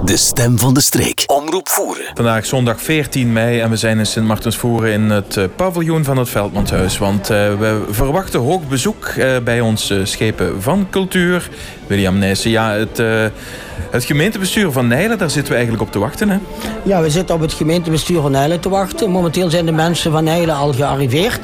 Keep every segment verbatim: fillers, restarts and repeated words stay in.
De stem van de streek. Omroep Voeren. Vandaag zondag veertien mei en we zijn in Sint Maartensvoeren in het uh, paviljoen van het Veldmanshuis. Want uh, we verwachten hoog bezoek uh, bij ons uh, schepen van cultuur. William Nijssen, ja, het, uh, het gemeentebestuur van Nijlen, daar zitten we eigenlijk op te wachten, hè? Ja, we zitten op het gemeentebestuur van Nijlen te wachten. Momenteel zijn de mensen van Nijlen al gearriveerd.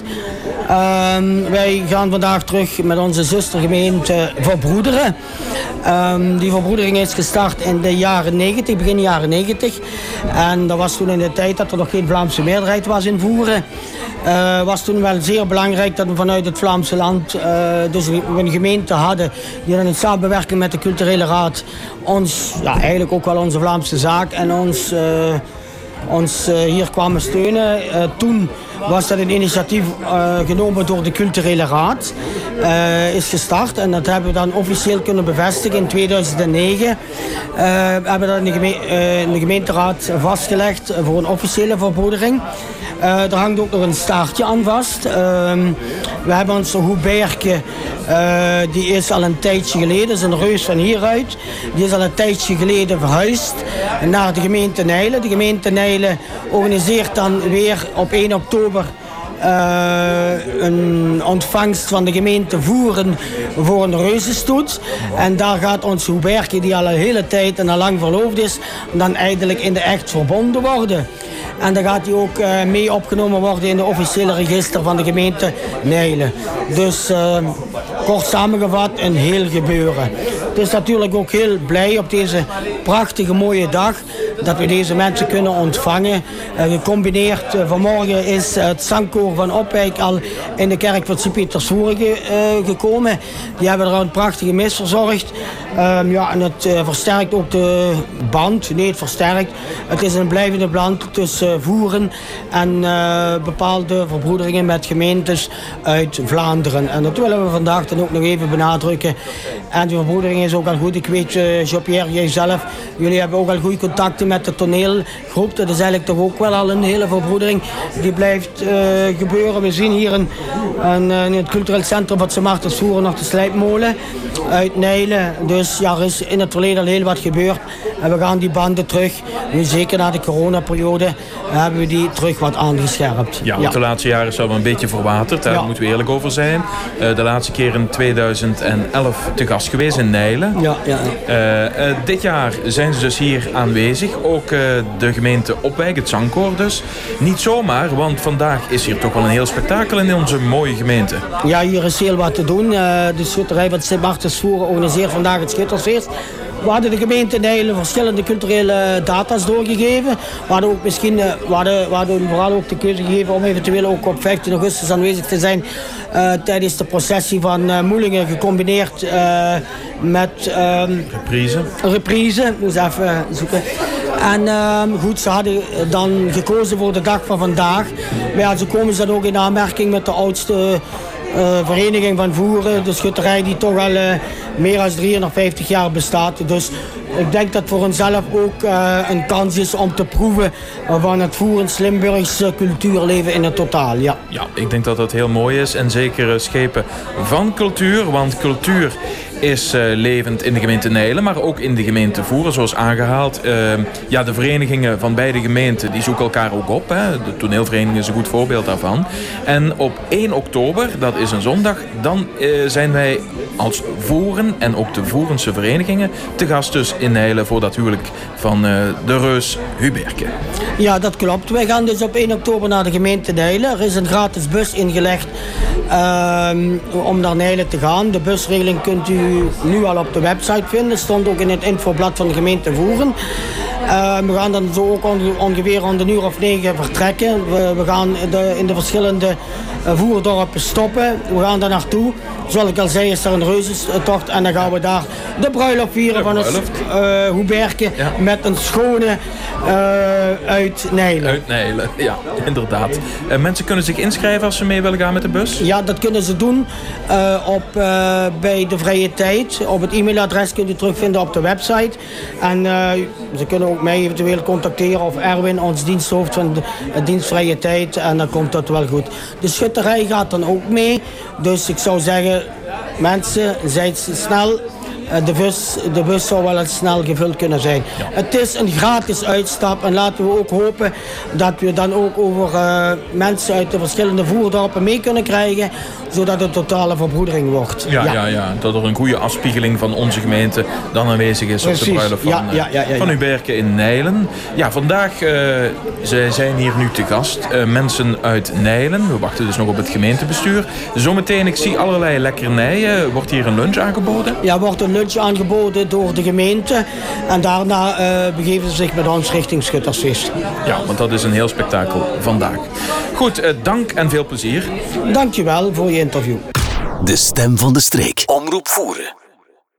Um, wij gaan vandaag terug met onze zustergemeente Verbroederen. Um, die verbroedering is gestart in de jaren negentig, begin jaren negentig. En dat was toen in de tijd dat er nog geen Vlaamse meerderheid was in Voeren. Uh, was toen wel zeer belangrijk dat we vanuit het Vlaamse land uh, dus een gemeente hadden die dan in samenwerking met de culturele raad ons, ja, eigenlijk ook wel onze Vlaamse zaak en ons, uh, ons uh, hier kwamen steunen. Uh, toen was dat een initiatief uh, genomen door de culturele raad, uh, is gestart en dat hebben we dan officieel kunnen bevestigen in tweeduizend negen. Uh, hebben we dat in de, geme uh, in de gemeenteraad vastgelegd voor een officiële verbroedering. Uh, er hangt ook nog een staartje aan vast. Uh, we hebben onze Hoeberke, uh, die is al een tijdje geleden, dat is een reus van hieruit, die is al een tijdje geleden verhuisd naar de gemeente Nijlen. De gemeente Nijlen organiseert dan weer op één oktober Uh, een ontvangst van de gemeente Voeren voor een reuzenstoet. En daar gaat ons Hoeberke, die al een hele tijd en al lang verloofd is, dan eindelijk in de echt verbonden worden. En dan gaat hij ook uh, mee opgenomen worden in de officiële register van de gemeente Nijlen. Dus uh, kort samengevat, een heel gebeuren. Het is natuurlijk ook heel blij op deze prachtige mooie dag dat we deze mensen kunnen ontvangen. Uh, gecombineerd, uh, vanmorgen is het zangkoor van Opwijk al in de kerk van Sint-Pietersvoeren ge, uh, gekomen. Die hebben er een prachtige mis verzorgd. Um, ja, en het uh, versterkt ook de band. Nee, het versterkt. Het is een blijvende band tussen uh, Voeren en uh, bepaalde verbroederingen met gemeentes uit Vlaanderen. En dat willen we vandaag dan ook nog even benadrukken. En die verbroedering is ook al goed. Ik weet, uh, Jean-Pierre, jij zelf, jullie hebben ook al goede contacten met de toneelgroep. Dat is eigenlijk toch ook wel al een hele verbroedering die blijft uh, gebeuren. We zien hier een, een, in het cultureel centrum van Sint Maartensvoeren nog de Slijpmolen uit Nijlen. Dus ja, er is in het verleden al heel wat gebeurd. En we gaan die banden terug, nu zeker na de coronaperiode, hebben we die terug wat aangescherpt. Ja, want ja. De laatste jaren is dat een beetje verwaterd, daar ja. moeten we eerlijk over zijn. Uh, de laatste keer in tweeduizend elf te gast geweest in Nijlen. Ja, ja, ja. Uh, uh, dit jaar zijn ze dus hier aanwezig, ook uh, de gemeente Opwijk, het zangkoor dus. Niet zomaar, want vandaag is hier toch wel een heel spektakel in onze mooie gemeente. Ja, hier is heel wat te doen. Uh, de schutterij van Sint Maartensvoeren organiseert vandaag het Schuttersfeest. We hadden de gemeente Nijlen verschillende culturele data's doorgegeven. We hadden ook misschien, we hadden, we hadden vooral ook de keuze gegeven om eventueel ook op vijftien augustus aanwezig te zijn uh, tijdens de processie van uh, Moelingen, gecombineerd uh, met um, reprise. reprise. Dus even zoeken. En uh, goed, ze hadden dan gekozen voor de dag van vandaag. Maar ja, ze komen dan ook in aanmerking met de oudste Uh, vereniging van Voeren, de schutterij die toch al uh, meer dan driehonderdvijftig jaar bestaat. Dus ik denk dat voor onszelf ook uh, een kans is om te proeven van het Voerens Limburgse cultuurleven in het totaal. Ja. Ja, ik denk dat dat heel mooi is en zeker uh, schepen van cultuur, want cultuur is uh, levend in de gemeente Nijlen, maar ook in de gemeente Voeren, zoals aangehaald. Uh, ja, de verenigingen van beide gemeenten, die zoeken elkaar ook op. Hè. De toneelvereniging is een goed voorbeeld daarvan. En op één oktober, dat is een zondag, dan uh, zijn wij als Voeren en ook de Voerense verenigingen te gast dus in Nijlen voor dat huwelijk van uh, de reus Huberke. Ja, dat klopt. Wij gaan dus op één oktober naar de gemeente Nijlen. Er is een gratis bus ingelegd uh, om naar Nijlen te gaan. De busregeling kunt u nu al op de website vinden. Stond ook in het infoblad van de gemeente Voeren. Uh, we gaan dan zo ook onge ongeveer om een uur of negen vertrekken. We, we gaan de, in de verschillende uh, voerdorpen stoppen. We gaan daar naartoe. Zoals ik al zei, is er een reuzentocht en dan gaan we daar de bruiloft vieren van het uh, Hoeberke ja. met een schone uh, uit Nijlen. Uit Nijlen, ja, inderdaad. Uh, mensen kunnen zich inschrijven als ze mee willen gaan met de bus? Ja, dat kunnen ze doen uh, op, uh, bij de vrije tijd. Op het e-mailadres kunt u terugvinden op de website. En uh, ze kunnen ook mij eventueel contacteren of Erwin, ons diensthoofd van de uh, dienstvrije tijd. En dan komt dat wel goed. De schutterij gaat dan ook mee. Dus ik zou zeggen, mensen, zijn snel. de, bus, de bus zou wel eens snel gevuld kunnen zijn. Ja. Het is een gratis uitstap en laten we ook hopen dat we dan ook over uh, mensen uit de verschillende voerdorpen mee kunnen krijgen, zodat het totale verbroedering wordt. Ja, ja. Ja, ja, dat er een goede afspiegeling van onze gemeente dan aanwezig is. Precies. Op de bruiloft van, ja, ja, ja, ja, ja. van Uberke in Nijlen. Ja, vandaag uh, ze zijn hier nu te gast. Uh, mensen uit Nijlen. We wachten dus nog op het gemeentebestuur. Zometeen, ik zie allerlei lekkernijen. Wordt hier een lunch aangeboden? Ja, wordt een lunch aangeboden door de gemeente. En daarna uh, begeven ze zich met ons richting Schuttersfeest. Ja, want dat is een heel spektakel vandaag. Goed, uh, dank en veel plezier. Dankjewel voor je interview. De stem van de streek. Omroep Voeren.